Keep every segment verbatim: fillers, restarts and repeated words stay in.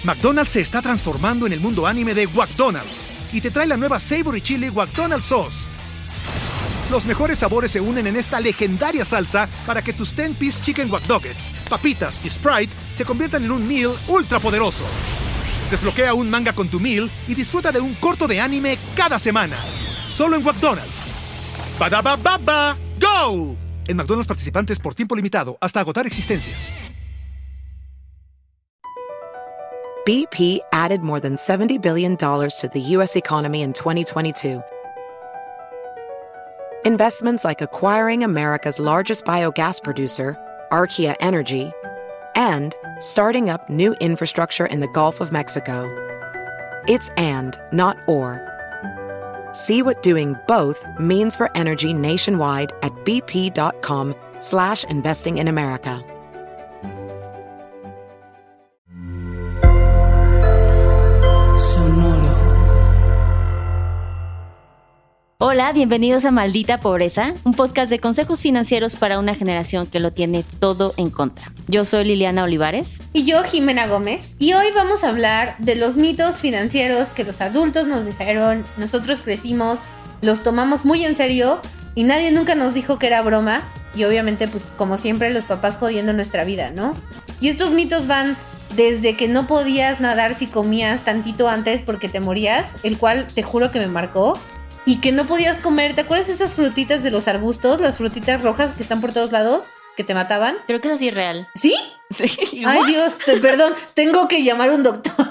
McDonald's se está transformando en el mundo anime de McDonald's y te trae la nueva Savory Chili McDonald's Sauce. Los mejores sabores se unen en esta legendaria salsa para que tus ten-piece chicken wack nuggets, papitas y Sprite se conviertan en un meal ultra poderoso. Desbloquea un manga con tu meal y disfruta de un corto de anime cada semana. Solo en McDonald's. ¡Badaba baba! ¡Go! En McDonald's participantes por tiempo limitado hasta agotar existencias. B P added more than seventy billion dollars to the U S economy in twenty twenty-two. Investments like acquiring America's largest biogas producer, Archaea Energy, and starting up new infrastructure in the Gulf of Mexico. It's and, not or. See what doing both means for energy nationwide at bp.com slash investing in America. Hola, bienvenidos a Maldita Pobreza, un podcast de consejos financieros para una generación que lo tiene todo en contra. Yo soy Liliana Olivares. Y yo, Jimena Gómez. Y hoy vamos a hablar de los mitos financieros que los adultos nos dijeron, nosotros crecimos, los tomamos muy en serio y nadie nunca nos dijo que era broma. Y obviamente, pues como siempre, los papás jodiendo nuestra vida, ¿no? Y estos mitos van desde que no podías nadar si comías tantito antes porque te morías, el cual te juro que me marcó. Y que no podías comer, ¿te acuerdas de esas frutitas de los arbustos? Las frutitas rojas que están por todos lados, que te mataban. Creo que eso sí es real. ¿Sí? Sí. Ay, ¿What? Dios, te, perdón, tengo que llamar a un doctor.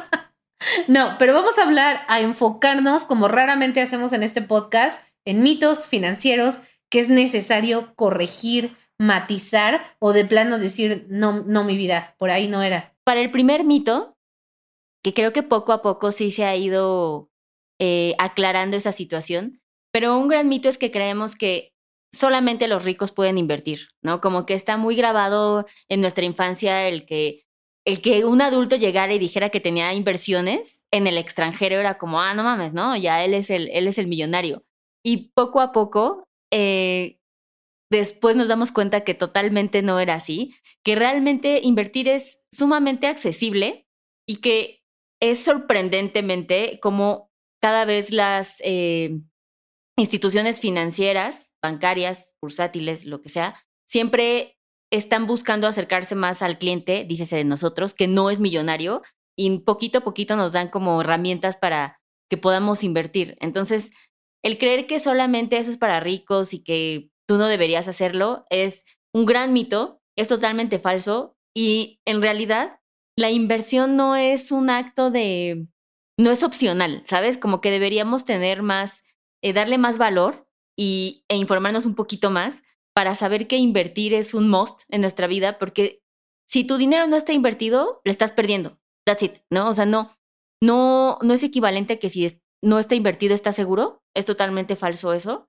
No, pero vamos a hablar, a enfocarnos, como raramente hacemos en este podcast, en mitos financieros que es necesario corregir, matizar o de plano decir, no, no, mi vida, por ahí no era. Para el primer mito, que creo que poco a poco sí se ha ido Eh, aclarando esa situación, pero un gran mito es que creemos que solamente los ricos pueden invertir, ¿no? Como que está muy grabado en nuestra infancia el que, el que un adulto llegara y dijera que tenía inversiones en el extranjero era como, ah, no mames, ¿no? Ya él es el, él es el millonario. Y poco a poco, eh, después nos damos cuenta que totalmente no era así, que realmente invertir es sumamente accesible y que es sorprendentemente como cada vez las eh, instituciones financieras, bancarias, bursátiles, lo que sea, siempre están buscando acercarse más al cliente, dícese de nosotros, que no es millonario, y poquito a poquito nos dan como herramientas para que podamos invertir. Entonces, el creer que solamente eso es para ricos y que tú no deberías hacerlo es un gran mito, es totalmente falso, y en realidad la inversión no es un acto de... no es opcional, ¿sabes? Como que deberíamos tener más, eh, darle más valor y, e informarnos un poquito más para saber que invertir es un must en nuestra vida, porque si tu dinero no está invertido, lo estás perdiendo. That's it, ¿no? O sea, no, no, no es equivalente a que si es, no está invertido, está seguro. Es totalmente falso eso.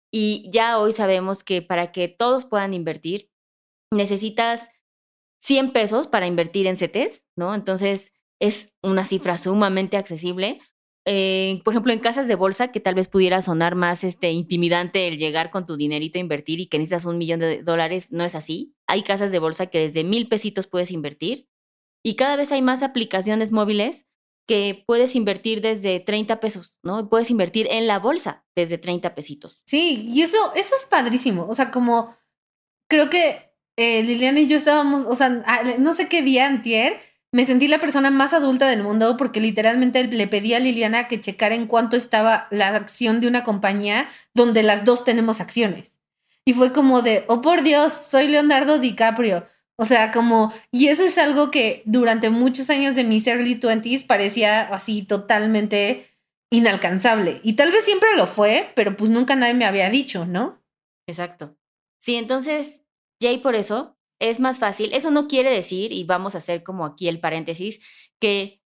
Y ya hoy sabemos que para que todos puedan invertir, necesitas cien pesos para invertir en C T S, ¿no? Entonces, es una cifra sumamente accesible. Eh, por ejemplo, en casas de bolsa, que tal vez pudiera sonar más este, intimidante el llegar con tu dinerito a invertir y que necesitas un millón de dólares, no es así. Hay casas de bolsa que desde mil pesitos puedes invertir y cada vez hay más aplicaciones móviles que puedes invertir desde treinta pesos, ¿no? Puedes invertir en la bolsa desde treinta pesitos. Sí, y eso, eso es padrísimo. O sea, como creo que eh, Liliana y yo estábamos, o sea, no sé qué día antier, me sentí la persona más adulta del mundo porque literalmente le pedí a Liliana que checara en cuánto estaba la acción de una compañía donde las dos tenemos acciones. Y fue como de, oh por Dios, soy Leonardo DiCaprio. O sea, como, y eso es algo que durante muchos años de mis early twenties parecía así totalmente inalcanzable. Y tal vez siempre lo fue, pero pues nunca nadie me había dicho, ¿no? Exacto. Sí, entonces, Jay, por eso es más fácil. Eso no quiere decir, y vamos a hacer como aquí el paréntesis, que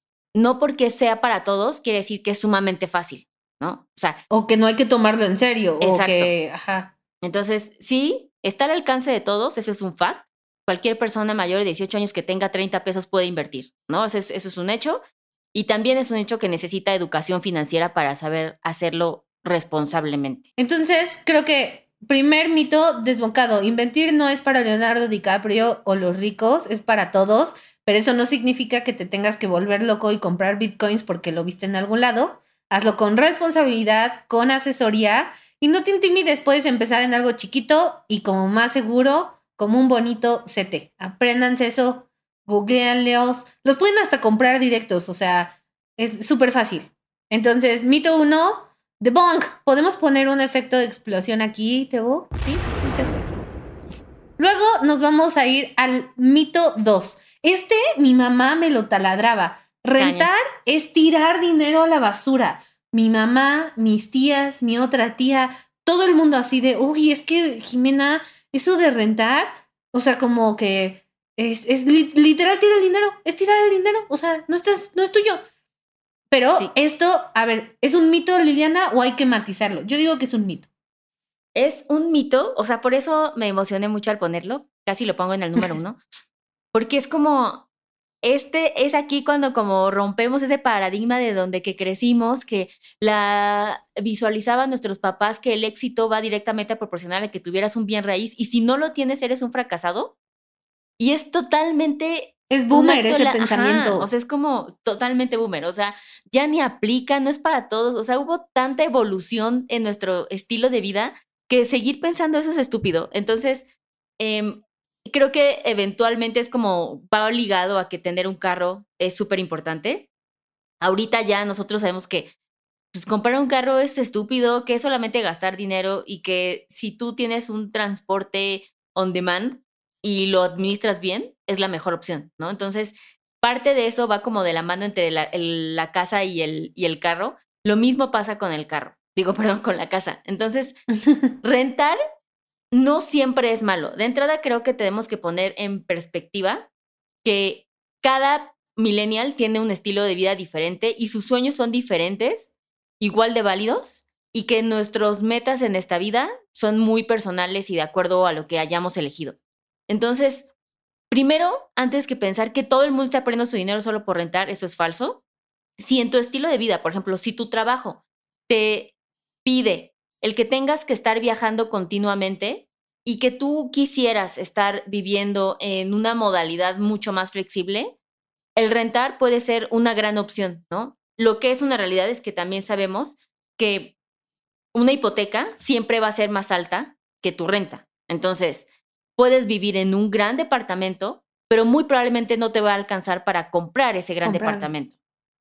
no porque sea para todos quiere decir que es sumamente fácil, ¿no? O sea, o que no hay que tomarlo en serio. Exacto. O que, ajá. Entonces, sí, está al alcance de todos, eso es un fact. Cualquier persona mayor de dieciocho años que tenga treinta pesos puede invertir, ¿no? Eso es, eso es un hecho. Y también es un hecho que necesita educación financiera para saber hacerlo responsablemente. Entonces, creo que primer mito desbancado, invertir no es para Leonardo DiCaprio o los ricos, es para todos, pero eso no significa que te tengas que volver loco y comprar bitcoins porque lo viste en algún lado. Hazlo con responsabilidad, con asesoría y no te intimides. Puedes empezar en algo chiquito y como más seguro, como un bonito C T. Apréndanse eso, googleanlos. Los pueden hasta comprar directos, o sea, es súper fácil. Entonces, mito uno, debunk. ¿Podemos poner un efecto de explosión aquí, Tebo? Sí, muchas gracias. Luego nos vamos a ir al mito dos. Este, mi mamá me lo taladraba. Rentar Caña. Es tirar dinero a la basura. Mi mamá, mis tías, mi otra tía, todo el mundo así de, uy, es que, Jimena, eso de rentar, o sea, como que es, es li- literal tirar el dinero, es tirar el dinero, o sea, no, estás, no es tuyo. Pero sí. Esto, a ver, ¿es un mito, Liliana, o hay que matizarlo? Yo digo que es un mito. Es un mito, o sea, por eso me emocioné mucho al ponerlo, casi lo pongo en el número uno, porque es como... Este es aquí cuando como rompemos ese paradigma de donde que crecimos, que la visualizaban nuestros papás que el éxito va directamente a proporcionar a que tuvieras un bien raíz y si no lo tienes eres un fracasado. Y es totalmente... Es boomer ese la... pensamiento. Ajá, o sea, es como totalmente boomer, o sea, ya ni aplica, no es para todos. O sea, hubo tanta evolución en nuestro estilo de vida que seguir pensando eso es estúpido. Entonces... Eh, Creo que eventualmente es como va ligado a que tener un carro es súper importante. Ahorita ya nosotros sabemos que pues, comprar un carro es estúpido, que es solamente gastar dinero y que si tú tienes un transporte on demand y lo administras bien, es la mejor opción, ¿no? Entonces, parte de eso va como de la mano entre la, el, la casa y el, y el carro. Lo mismo pasa con el carro, digo, perdón, con la casa. Entonces, rentar... no siempre es malo. De entrada creo que tenemos que poner en perspectiva que cada millennial tiene un estilo de vida diferente y sus sueños son diferentes, igual de válidos, y que nuestras metas en esta vida son muy personales y de acuerdo a lo que hayamos elegido. Entonces, primero, antes que pensar que todo el mundo está perdiendo su dinero solo por rentar, eso es falso. Si en tu estilo de vida, por ejemplo, si tu trabajo te pide el que tengas que estar viajando continuamente y que tú quisieras estar viviendo en una modalidad mucho más flexible, el rentar puede ser una gran opción, ¿no? Lo que es una realidad es que también sabemos que una hipoteca siempre va a ser más alta que tu renta. Entonces, puedes vivir en un gran departamento, pero muy probablemente no te va a alcanzar para comprar ese gran comprar. departamento.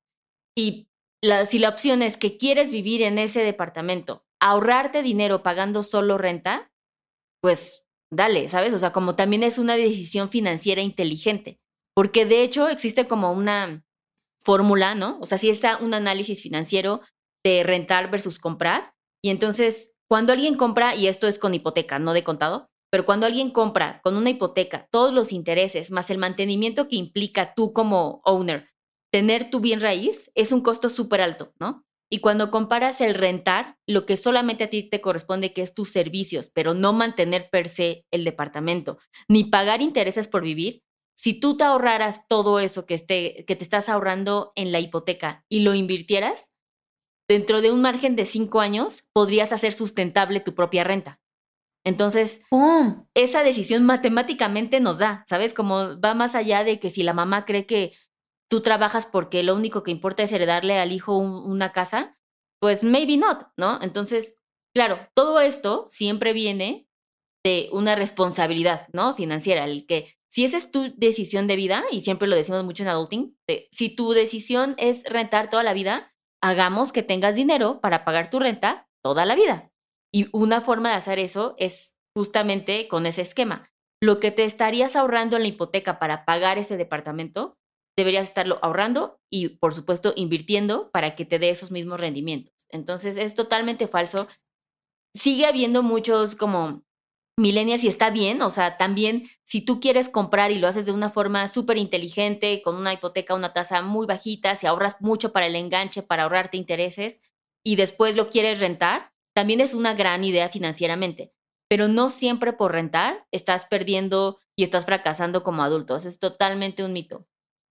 Y la, si la opción es que quieres vivir en ese departamento, ahorrarte dinero pagando solo renta, pues dale, ¿sabes? O sea, como también es una decisión financiera inteligente, porque de hecho existe como una fórmula, ¿no? O sea, sí está un análisis financiero de rentar versus comprar, y entonces cuando alguien compra, y esto es con hipoteca, no de contado, pero cuando alguien compra con una hipoteca, todos los intereses más el mantenimiento que implica tú como owner, tener tu bien raíz, es un costo súper alto, ¿no? Y cuando comparas el rentar, lo que solamente a ti te corresponde, que es tus servicios, pero no mantener per se el departamento, ni pagar intereses por vivir, si tú te ahorraras todo eso que, esté, que te estás ahorrando en la hipoteca y lo invirtieras, dentro de un margen de cinco años podrías hacer sustentable tu propia renta. Entonces, ¡pum!, esa decisión matemáticamente nos da, ¿sabes? Como va más allá de que si la mamá cree que tú trabajas porque lo único que importa es heredarle al hijo un, una casa, pues maybe not, ¿no? Entonces, claro, todo esto siempre viene de una responsabilidad, ¿no? Financiera, el que si esa es tu decisión de vida, y siempre lo decimos mucho en adulting, de, si tu decisión es rentar toda la vida, hagamos que tengas dinero para pagar tu renta toda la vida. Y una forma de hacer eso es justamente con ese esquema. Lo que te estarías ahorrando en la hipoteca para pagar ese departamento, deberías estarlo ahorrando y, por supuesto, invirtiendo para que te dé esos mismos rendimientos. Entonces, es totalmente falso. Sigue habiendo muchos como millennials y está bien. O sea, también si tú quieres comprar y lo haces de una forma súper inteligente, con una hipoteca, una tasa muy bajita, si ahorras mucho para el enganche, para ahorrarte intereses y después lo quieres rentar, también es una gran idea financieramente. Pero no siempre por rentar estás perdiendo y estás fracasando como adultos. Es totalmente un mito.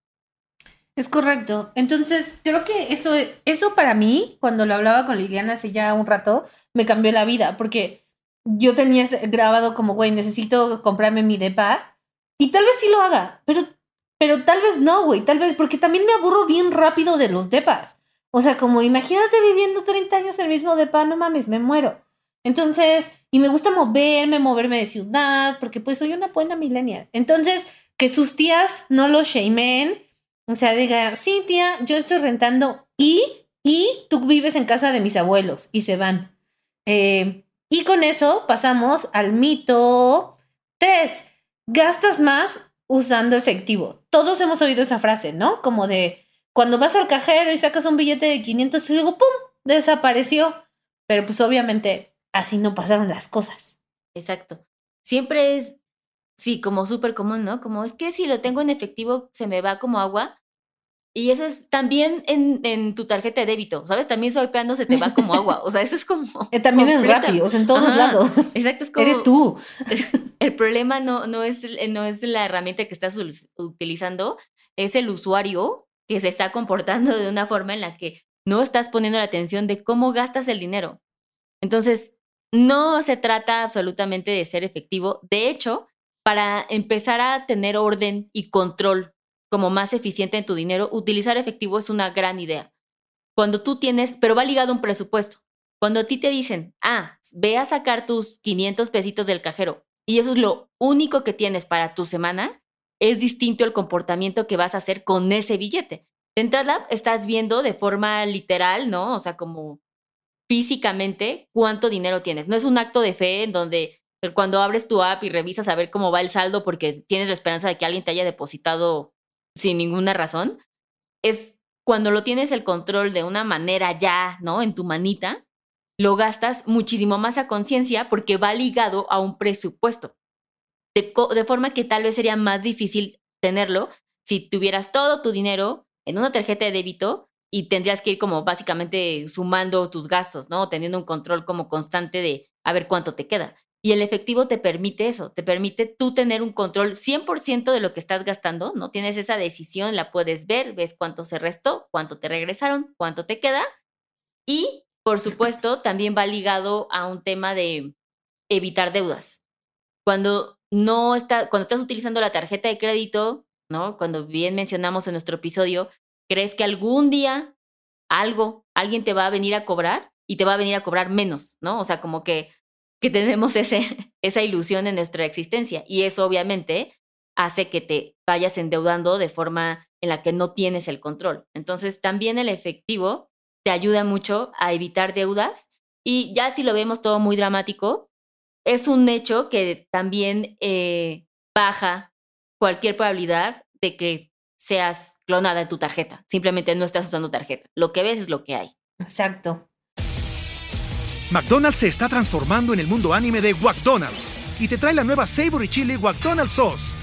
Es correcto. Entonces, creo que eso, eso para mí, cuando lo hablaba con Liliana hace ya un rato, me cambió la vida, porque yo tenía grabado como, güey, necesito comprarme mi depa, y tal vez sí lo haga, pero, pero tal vez no, güey, tal vez, porque también me aburro bien rápido de los depas. O sea, como imagínate viviendo treinta años en el mismo depa, no mames, me muero. Entonces, y me gusta moverme, moverme de ciudad, porque pues soy una buena millennial. Entonces, que sus tías no lo shameen, o sea, diga, sí, tía, yo estoy rentando y, y tú vives en casa de mis abuelos y se van. Eh, y con eso pasamos al mito tres. Gastas más usando efectivo. Todos hemos oído esa frase, ¿no? Como de cuando vas al cajero y sacas un billete de quinientos y luego ¡pum! Desapareció. Pero pues obviamente así no pasaron las cosas. Exacto. Siempre es, sí, como súper común, ¿no? Como es que si lo tengo en efectivo se me va como agua. Y eso es también en, en tu tarjeta de débito, ¿sabes? También swipeando se te va como agua. O sea, eso es como... Eh, también en Rappi, o sea, en todos Ajá, lados. Exacto, es como... Eres tú. El problema no, no, es, no es la herramienta que estás utilizando, es el usuario que se está comportando de una forma en la que no estás poniendo la atención de cómo gastas el dinero. Entonces, no se trata absolutamente de ser efectivo. De hecho, para empezar a tener orden y control como más eficiente en tu dinero, utilizar efectivo es una gran idea. Cuando tú tienes, pero va ligado a un presupuesto. Cuando a ti te dicen, ah, ve a sacar tus quinientos pesitos del cajero y eso es lo único que tienes para tu semana, es distinto el comportamiento que vas a hacer con ese billete. De entrada, estás viendo de forma literal, ¿no? O sea, como físicamente cuánto dinero tienes. No es un acto de fe en donde cuando abres tu app y revisas a ver cómo va el saldo porque tienes la esperanza de que alguien te haya depositado sin ninguna razón. Es cuando lo tienes el control de una manera ya, ¿no? En tu manita, lo gastas muchísimo más a conciencia porque va ligado a un presupuesto. De, de forma que tal vez sería más difícil tenerlo si tuvieras todo tu dinero en una tarjeta de débito y tendrías que ir como básicamente sumando tus gastos, ¿no? Teniendo un control como constante de a ver cuánto te queda. Y el efectivo te permite eso, te permite tú tener un control cien por ciento de lo que estás gastando, ¿no? Tienes esa decisión, la puedes ver, ves cuánto se restó, cuánto te regresaron, cuánto te queda. Y, por supuesto, también va ligado a un tema de evitar deudas. Cuando no está, cuando estás utilizando la tarjeta de crédito, ¿no? Cuando bien mencionamos en nuestro episodio, crees que algún día algo, alguien te va a venir a cobrar y te va a venir a cobrar menos, ¿no? O sea, como que, que tenemos ese, esa ilusión en nuestra existencia y eso obviamente hace que te vayas endeudando de forma en la que no tienes el control. Entonces, también el efectivo te ayuda mucho a evitar deudas y ya si lo vemos todo muy dramático, es un hecho que también eh, baja cualquier probabilidad de que seas clonada en tu tarjeta. Simplemente no estás usando tarjeta. Lo que ves es lo que hay. Exacto. McDonald's se está transformando en el mundo anime de McDonald's y te trae la nueva Savory Chili McDonald's Sauce.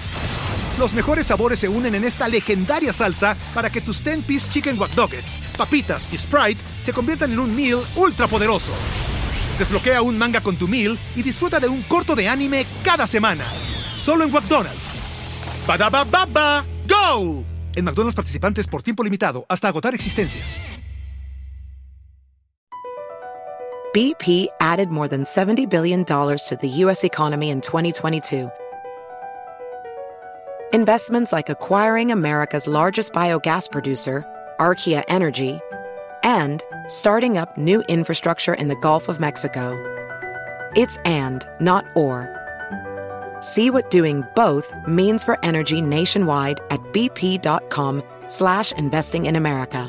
Los mejores sabores se unen en esta legendaria salsa para que tus ten-piece chicken wack nuggets, papitas y Sprite se conviertan en un meal ultra poderoso. Desbloquea un manga con tu meal y disfruta de un corto de anime cada semana. Solo en McDonald's. ¡Badabababa! ¡Go! En McDonald's participantes por tiempo limitado hasta agotar existencias. B P added more than seventy billion dollars to the U S economy in twenty twenty-two. Investments like acquiring America's largest biogas producer, Archaea Energy, and starting up new infrastructure in the Gulf of Mexico. It's and, not or. See what doing both means for energy nationwide at bp.com slash investing in America.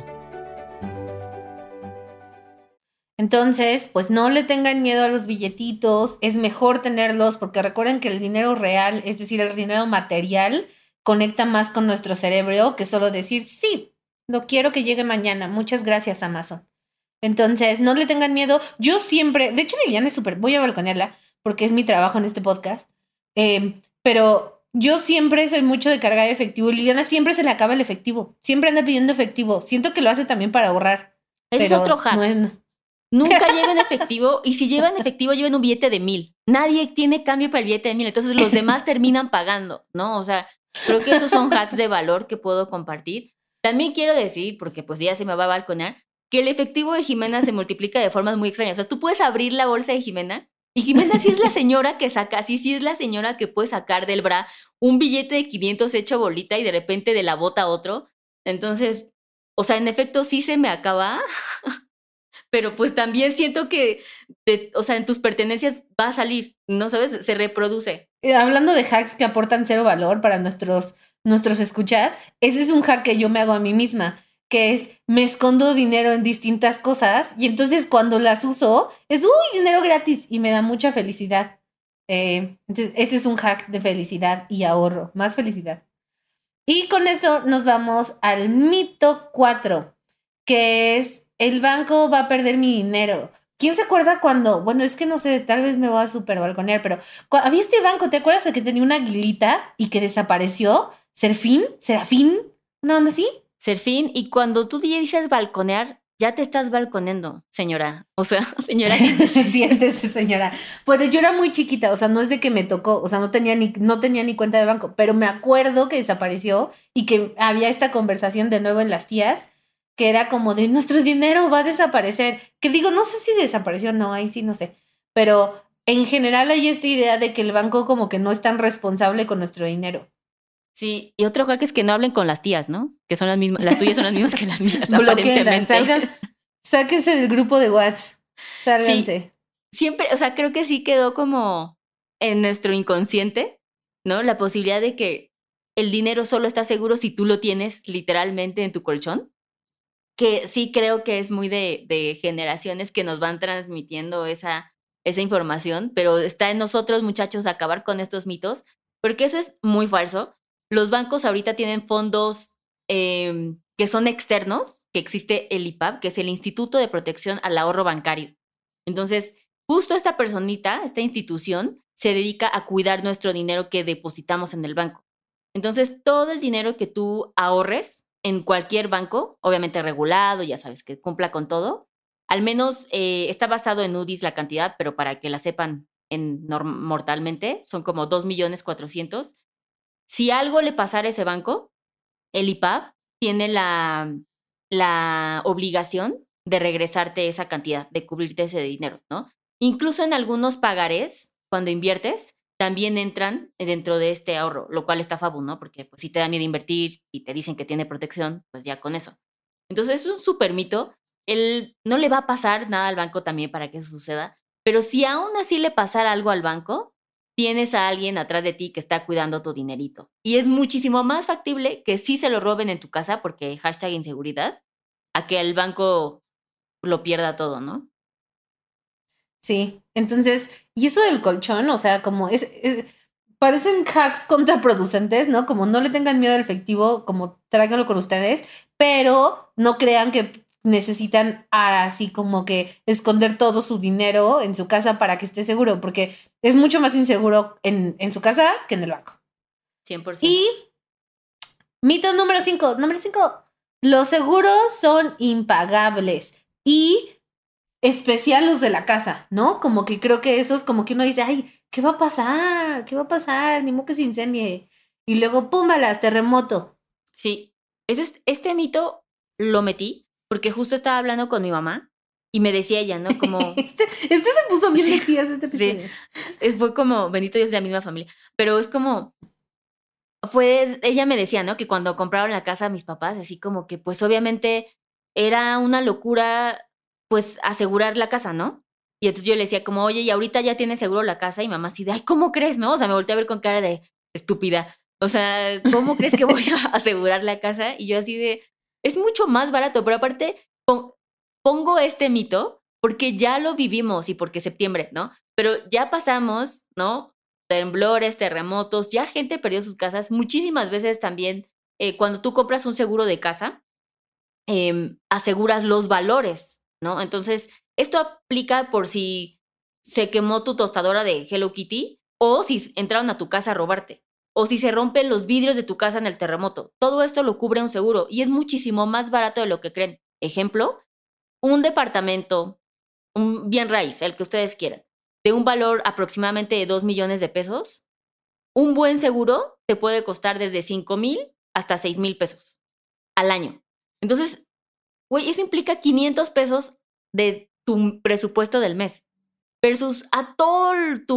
Entonces, pues no le tengan miedo a los billetitos, es mejor tenerlos porque recuerden que el dinero real, es decir, el dinero material, conecta más con nuestro cerebro que solo decir, sí, lo quiero que llegue mañana, muchas gracias Amazon. Entonces, no le tengan miedo. Yo siempre, de hecho Liliana es súper, voy a balconearla porque es mi trabajo en este podcast, eh, pero yo siempre soy mucho de cargar efectivo. Liliana siempre se le acaba el efectivo, siempre anda pidiendo efectivo. Siento que lo hace también para ahorrar. Ese es otro hack. No es, no. Nunca lleven efectivo y si llevan efectivo lleven un billete de mil. Nadie tiene cambio para el billete de mil, entonces los demás terminan pagando, ¿no? O sea, creo que esos son hacks de valor que puedo compartir. También quiero decir, porque pues ya se me va a balconear, que el efectivo de Jimena se multiplica de formas muy extrañas. O sea, tú puedes abrir la bolsa de Jimena Y Jimena sí es la señora que saca, sí, sí es la señora que puede sacar del bra un billete de quinientos hecho bolita y de repente de la bota a otro. Entonces, o sea, en efecto sí se me acaba, pero pues también siento que, de, o sea, en tus pertenencias va a salir, ¿no sabes? Se reproduce. Eh, hablando de hacks que aportan cero valor para nuestros, nuestros escuchas, ese es un hack que yo me hago a mí misma, que es, me escondo dinero en distintas cosas y entonces cuando las uso, es, uy, dinero gratis y me da mucha felicidad. Eh, entonces, ese es un hack de felicidad y ahorro, más felicidad. Y con eso nos vamos al mito cuatro, que es, el banco va a perder mi dinero. ¿Quién se acuerda cuando, bueno, es que no sé, tal vez me voy a super balconear, pero había este banco, ¿te acuerdas de que tenía una aguilita y que desapareció? ¿Serfín? ¿Serafín? ¿Una onda así? Serfín, y cuando tú dices balconear, ya te estás balconeando, señora. O sea, señora. Siéntese, señora. Bueno, yo era muy chiquita, o sea, no es de que me tocó, o sea, no tenía ni, no tenía ni cuenta de banco, pero me acuerdo que desapareció y que había esta conversación de nuevo en las tías, que era como de nuestro dinero va a desaparecer. Que digo, no sé si desapareció o no, ahí sí no sé. Pero en general hay esta idea de que el banco como que no es tan responsable con nuestro dinero. Sí, y otro hack es que no hablen con las tías, ¿no? Que son las mismas, las tuyas son las mismas que las mías, aparentemente. Salgan, sáquense del grupo de WhatsApp, sálganse. Sí, siempre, o sea, creo que sí quedó como en nuestro inconsciente, ¿no? La posibilidad de que el dinero solo está seguro si tú lo tienes literalmente en tu colchón, que sí creo que es muy de, de generaciones que nos van transmitiendo esa, esa información, pero está en nosotros, muchachos, acabar con estos mitos, porque eso es muy falso. Los bancos ahorita tienen fondos eh, que son externos, que existe el I P A B, que es el Instituto de Protección al Ahorro Bancario. Entonces, justo esta personita, esta institución, se dedica a cuidar nuestro dinero que depositamos en el banco. Entonces, todo el dinero que tú ahorres en cualquier banco, obviamente regulado, ya sabes, que cumpla con todo, al menos eh, está basado en U D I S la cantidad, pero para que la sepan en norm- mortalmente, son como dos millones cuatrocientos. Si algo le pasara a ese banco, el I P A B tiene la, la obligación de regresarte esa cantidad, de cubrirte ese dinero, ¿no? Incluso en algunos pagarés, cuando inviertes, también entran dentro de este ahorro, lo cual está fabuloso, ¿no? Porque pues, si te da miedo invertir y te dicen que tiene protección, pues ya con eso. Entonces es un súper mito. El, no le va a pasar nada al banco también para que eso suceda, pero si aún así le pasara algo al banco, tienes a alguien atrás de ti que está cuidando tu dinerito. Y es muchísimo más factible que sí se lo roben en tu casa, porque hashtag inseguridad, a que el banco lo pierda todo, ¿no? Sí, entonces, y eso del colchón, o sea, como es, es parecen hacks contraproducentes, ¿no? Como no le tengan miedo al efectivo, como tráiganlo con ustedes, pero no crean que necesitan así como que esconder todo su dinero en su casa para que esté seguro, porque es mucho más inseguro en, en su casa que en el banco. cien por ciento. Y mito número cinco, número cinco, los seguros son impagables y especial los de la casa, ¿no? Como que creo que esos, como que uno dice, ay, ¿qué va a pasar? ¿Qué va a pasar? Ni modo que se incendie. Y luego, pum, balas, terremoto. Sí, ese, este mito lo metí porque justo estaba hablando con mi mamá y me decía ella, ¿no? Como... este, este se puso bien de tías, este episodio. Sí, fue como, bendito Dios, de la misma familia. Pero es como... Fue, ella me decía, ¿no? Que cuando compraron la casa a mis papás, así como que, pues obviamente era una locura, pues asegurar la casa, ¿no? Y entonces yo le decía como, oye, y ahorita ya tienes seguro la casa, y mamá así de, ay, ¿cómo crees, no? O sea, me volteé a ver con cara de estúpida. O sea, ¿cómo crees que voy a asegurar la casa? Y yo así de, es mucho más barato, pero aparte pon, pongo este mito porque ya lo vivimos y porque septiembre, ¿no? Pero ya pasamos, ¿no? Temblores, terremotos, ya gente perdió sus casas. Muchísimas veces también eh, cuando tú compras un seguro de casa, eh, aseguras los valores, ¿no? Entonces, esto aplica por si se quemó tu tostadora de Hello Kitty o si entraron a tu casa a robarte o si se rompen los vidrios de tu casa en el terremoto. Todo esto lo cubre un seguro y es muchísimo más barato de lo que creen. Ejemplo, un departamento, un bien raíz, el que ustedes quieran, de un valor aproximadamente de dos millones de pesos, un buen seguro te puede costar desde cinco mil hasta seis mil pesos al año. Entonces, güey, eso implica quinientos pesos de tu presupuesto del mes. versus a todo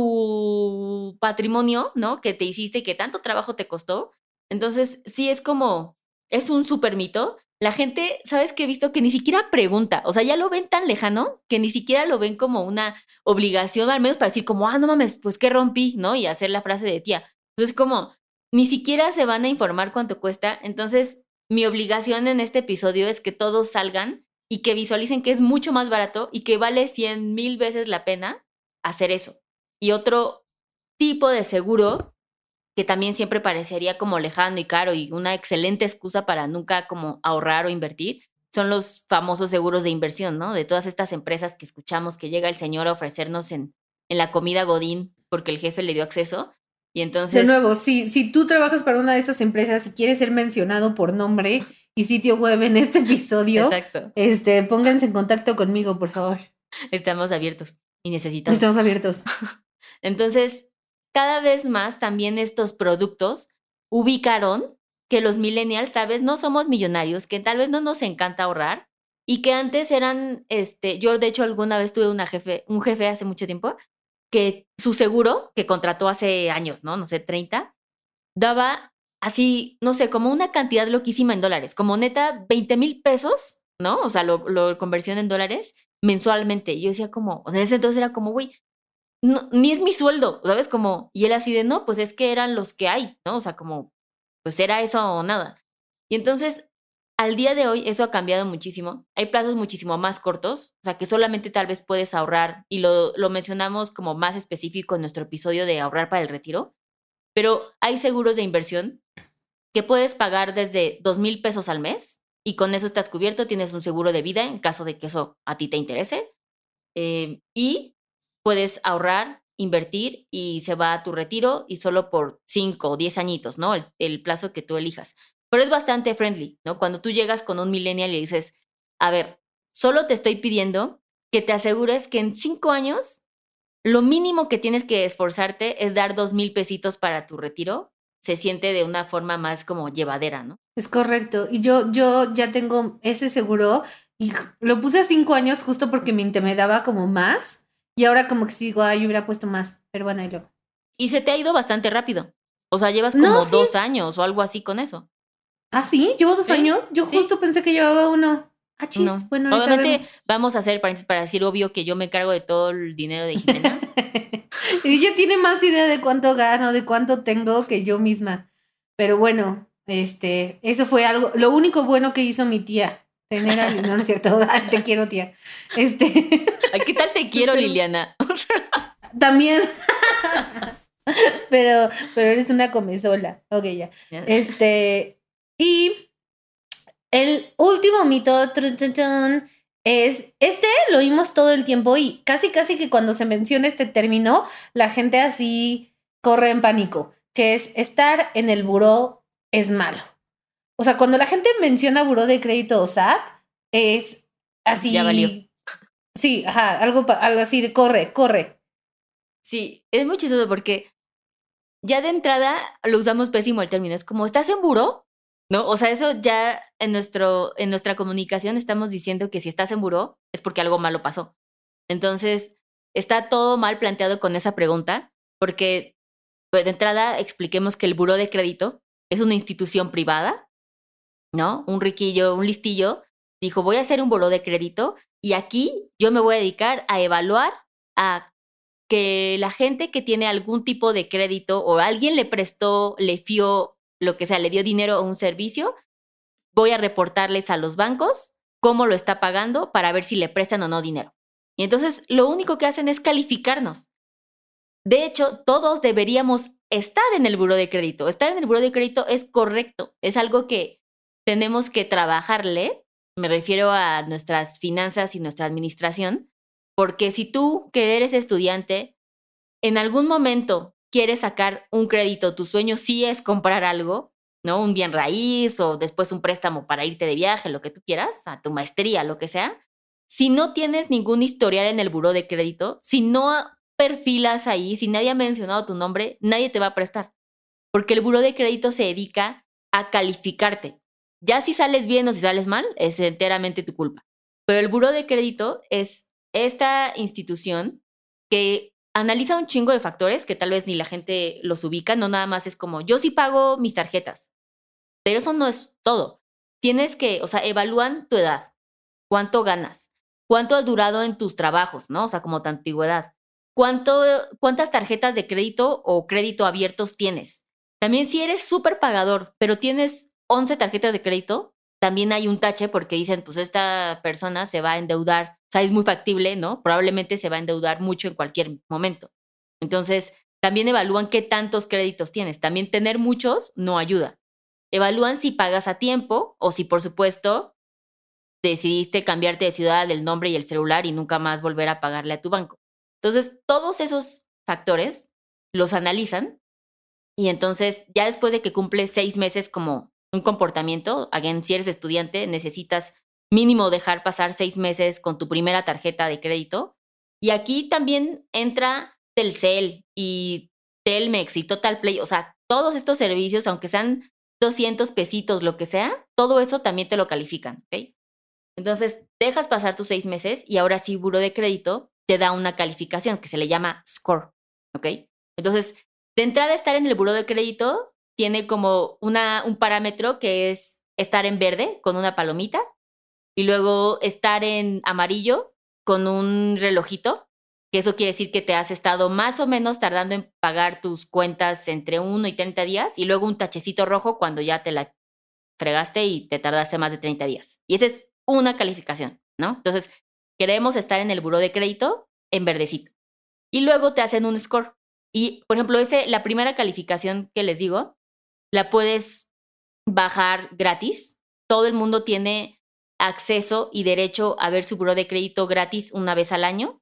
tu patrimonio, ¿no? Que te hiciste y que tanto trabajo te costó. Entonces, sí es como, es un súper mito. La gente, ¿sabes qué he visto? Que ni siquiera pregunta. O sea, ya lo ven tan lejano que ni siquiera lo ven como una obligación, al menos para decir como, ah, no mames, pues qué rompí, ¿no? Y hacer la frase de tía. Entonces, como, ni siquiera se van a informar cuánto cuesta. Entonces, mi obligación en este episodio es que todos salgan y que visualicen que es mucho más barato y que vale cien mil veces la pena hacer eso. Y otro tipo de seguro que también siempre parecería como lejano y caro y una excelente excusa para nunca como ahorrar o invertir, son los famosos seguros de inversión, ¿no? De todas estas empresas que escuchamos que llega el señor a ofrecernos en, en la comida Godín porque el jefe le dio acceso. Y entonces... De nuevo, si, si tú trabajas para una de estas empresas y quieres ser mencionado por nombre y sitio web en este episodio, Exacto. este, pónganse en contacto conmigo, por favor. Estamos abiertos y necesitamos. Estamos abiertos. Entonces, cada vez más también estos productos ubicaron que los millennials tal vez no somos millonarios, que tal vez no nos encanta ahorrar y que antes eran, este, yo de hecho alguna vez tuve una jefe, un jefe hace mucho tiempo que su seguro, que contrató hace años, ¿no? No sé, treinta, daba así, no sé, como una cantidad loquísima en dólares, como neta veinte mil pesos, ¿no? O sea, lo, lo conversión en dólares mensualmente. Y yo decía como, o sea, en ese entonces era como, güey, no, ni es mi sueldo, ¿sabes? Como, y él así de, no, pues es que eran los que hay, ¿no? O sea, como, pues era eso o nada. Y entonces, al día de hoy, eso ha cambiado muchísimo. Hay plazos muchísimo más cortos, o sea, que solamente tal vez puedes ahorrar, y lo, lo mencionamos como más específico en nuestro episodio de ahorrar para el retiro, pero hay seguros de inversión que puedes pagar desde dos mil pesos al mes, y con eso estás cubierto, tienes un seguro de vida en caso de que eso a ti te interese, eh, y puedes ahorrar, invertir y se va a tu retiro y solo por cinco o diez añitos, ¿no? El, el plazo que tú elijas. Pero es bastante friendly, ¿no? Cuando tú llegas con un millennial y dices, a ver, solo te estoy pidiendo que te asegures que en cinco años lo mínimo que tienes que esforzarte es dar dos mil pesitos para tu retiro. Se siente de una forma más como llevadera, ¿no? Es correcto. Y yo, yo ya tengo ese seguro y lo puse a cinco años justo porque me intimidaba como más. Y ahora como que sí digo, ay, yo hubiera puesto más. Pero bueno, ahí luego. Y se te ha ido bastante rápido. O sea, llevas como No, sí. dos años o algo así con eso. ¿Ah, sí? ¿Llevo dos ¿Sí? años? Yo Sí. justo pensé que llevaba uno. Ah, chis. No. Bueno, ahorita Obviamente vemos. vamos a hacer paréntesis para decir obvio que yo me cargo de todo el dinero de Jimena. Ella tiene más idea de cuánto gano, de cuánto tengo que yo misma. Pero bueno, este, eso fue algo, lo único bueno que hizo mi tía. Tener a... No, no es cierto. Ay, te quiero, tía. Este. Ay, ¿qué tal te quiero, Pero- Liliana? También. pero, pero eres una comezola. Ok, ya. Este. Y el último mito trun, trun, trun, es. Este lo oímos todo el tiempo y casi, casi que cuando se menciona este término, la gente así corre en pánico. Que es estar en el buró es malo. O sea, cuando la gente menciona buró de crédito o S A T, es así. Ya valió. Sí, ajá, algo, pa- algo así de corre, corre. Sí, es muy chistoso porque ya de entrada lo usamos pésimo el término. Es como, ¿estás en buró? ¿No? O sea, eso ya en, nuestro, en nuestra comunicación estamos diciendo que si estás en buró es porque algo malo pasó. Entonces, está todo mal planteado con esa pregunta porque, pues, de entrada expliquemos que el buró de crédito es una institución privada, ¿no? Un riquillo, un listillo, dijo, voy a hacer un buró de crédito y aquí yo me voy a dedicar a evaluar a que la gente que tiene algún tipo de crédito o alguien le prestó, le fió, lo que sea, le dio dinero a un servicio, voy a reportarles a los bancos cómo lo está pagando para ver si le prestan o no dinero. Y entonces lo único que hacen es calificarnos. De hecho, todos deberíamos estar en el buró de crédito. Estar en el buró de crédito es correcto. Es algo que tenemos que trabajarle. Me refiero a nuestras finanzas y nuestra administración. Porque si tú, que eres estudiante, en algún momento quieres sacar un crédito, tu sueño sí es comprar algo, ¿no? Un bien raíz o después un préstamo para irte de viaje, lo que tú quieras, a tu maestría, lo que sea. Si no tienes ningún historial en el buró de crédito, si no perfilas ahí, si nadie ha mencionado tu nombre, nadie te va a prestar. Porque el buró de crédito se dedica a calificarte. Ya si sales bien o si sales mal, es enteramente tu culpa. Pero el buró de crédito es esta institución que analiza un chingo de factores que tal vez ni la gente los ubica, no nada más es como, yo sí pago mis tarjetas, pero eso no es todo. Tienes que, o sea, evalúan tu edad, cuánto ganas, cuánto has durado en tus trabajos, ¿no? O sea, como tu antigüedad, cuánto, cuántas tarjetas de crédito o crédito abiertos tienes. También si eres súper pagador, pero tienes once tarjetas de crédito, también hay un tache porque dicen, pues esta persona se va a endeudar, o sea, es muy factible, ¿no? Probablemente se va a endeudar mucho en cualquier momento. Entonces, también evalúan qué tantos créditos tienes. También tener muchos no ayuda. Evalúan si pagas a tiempo o si, por supuesto, decidiste cambiarte de ciudad, el nombre y el celular y nunca más volver a pagarle a tu banco. Entonces, todos esos factores los analizan y entonces, ya después de que cumples seis meses como un comportamiento, again, si eres estudiante, necesitas mínimo dejar pasar seis meses con tu primera tarjeta de crédito. Y aquí también entra Telcel y Telmex y Total Play. O sea, todos estos servicios, aunque sean doscientos pesitos, lo que sea, todo eso también te lo califican, ¿ok? Entonces, dejas pasar tus seis meses y ahora sí, Buró de Crédito te da una calificación que se le llama score, ¿ok? Entonces, de entrada, estar en el Buró de Crédito tiene como una, un parámetro que es estar en verde con una palomita y luego estar en amarillo con un relojito, que eso quiere decir que te has estado más o menos tardando en pagar tus cuentas entre uno y treinta días y luego un tachecito rojo cuando ya te la fregaste y te tardaste más de treinta días. Y esa es una calificación, ¿no? Entonces, queremos estar en el Buró de Crédito en verdecito. Y luego te hacen un score. Y, por ejemplo, ese, la primera calificación que les digo, la puedes bajar gratis. Todo el mundo tiene acceso y derecho a ver su buró de crédito gratis una vez al año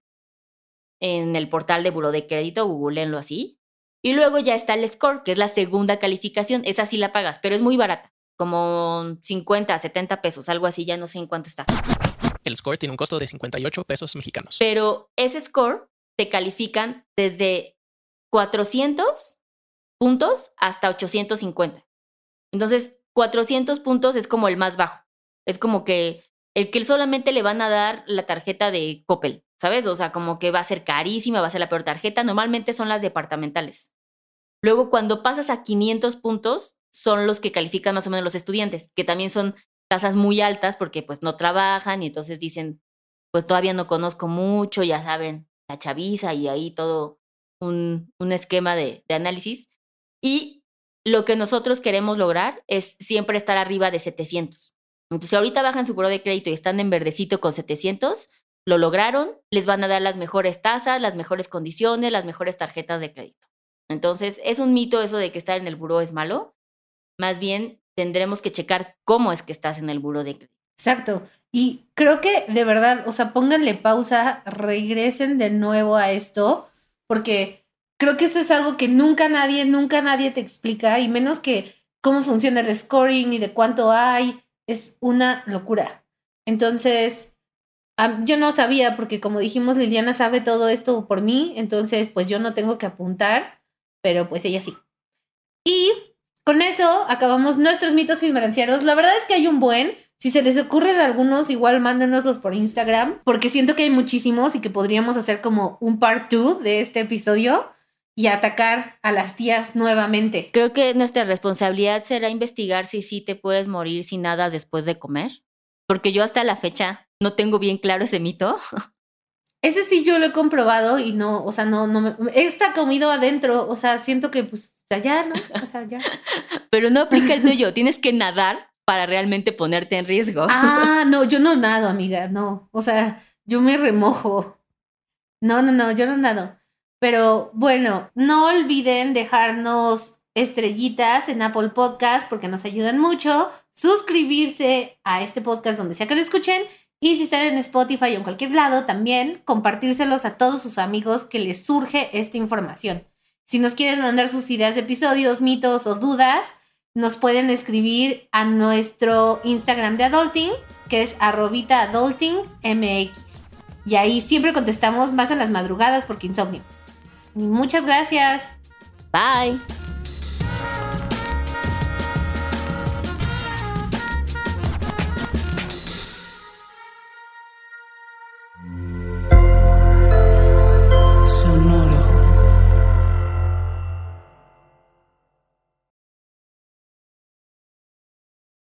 en el portal de buró de crédito, googleenlo así. Y luego ya está el score, que es la segunda calificación. Esa sí la pagas, pero es muy barata, como cincuenta, setenta pesos, algo así, ya no sé en cuánto está. El score tiene un costo de cincuenta y ocho pesos mexicanos. Pero ese score te califican desde cuatrocientos puntos hasta ochocientos cincuenta. Entonces, cuatrocientos puntos es como el más bajo. Es como que el que solamente le van a dar la tarjeta de Coppel, ¿sabes? O sea, como que va a ser carísima, va a ser la peor tarjeta. Normalmente son las departamentales. Luego, cuando pasas a quinientos puntos, son los que califican más o menos los estudiantes, que también son tasas muy altas porque pues no trabajan y entonces dicen, pues todavía no conozco mucho, ya saben, la chaviza y ahí todo un, un esquema de, de análisis. Y lo que nosotros queremos lograr es siempre estar arriba de setecientos. Entonces, si ahorita bajan su buró de crédito y están en verdecito con setecientos, lo lograron, les van a dar las mejores tasas, las mejores condiciones, las mejores tarjetas de crédito. Entonces, es un mito eso de que estar en el buró es malo. Más bien, tendremos que checar cómo es que estás en el buró de crédito. Exacto. Y creo que de verdad, o sea, pónganle pausa, regresen de nuevo a esto, porque creo que eso es algo que nunca nadie, nunca nadie te explica, y menos que cómo funciona el scoring y de cuánto hay, es una locura. Entonces, yo no sabía, porque como dijimos, Liliana sabe todo esto por mí, entonces pues yo no tengo que apuntar, pero pues ella sí. Y con eso acabamos nuestros mitos financieros. La verdad es que hay un buen. Si se les ocurren algunos, igual mándenoslos por Instagram, porque siento que hay muchísimos y que podríamos hacer como un part two de este episodio y atacar a las tías nuevamente. Creo que nuestra responsabilidad será investigar si sí te puedes morir sin nada después de comer, porque yo hasta la fecha no tengo bien claro ese mito. Ese sí yo lo he comprobado y no, o sea, no, no me... Está comido adentro, o sea, siento que pues ya, ¿no? O sea, ya. Pero no aplica el tuyo, tienes que nadar para realmente ponerte en riesgo. Ah, no, yo no nado, amiga, no. O sea, yo me remojo. No, no, no, yo no nado. Pero bueno, no olviden dejarnos estrellitas en Apple Podcast porque nos ayudan mucho. Suscribirse a este podcast donde sea que lo escuchen. Y si están en Spotify o en cualquier lado, también compartírselos a todos sus amigos que les surge esta información. Si nos quieren mandar sus ideas de episodios, mitos o dudas, nos pueden escribir a nuestro Instagram de Adulting, que es arrobita adulting mx. Y ahí siempre contestamos más en las madrugadas porque insomnio. Y muchas gracias. Bye.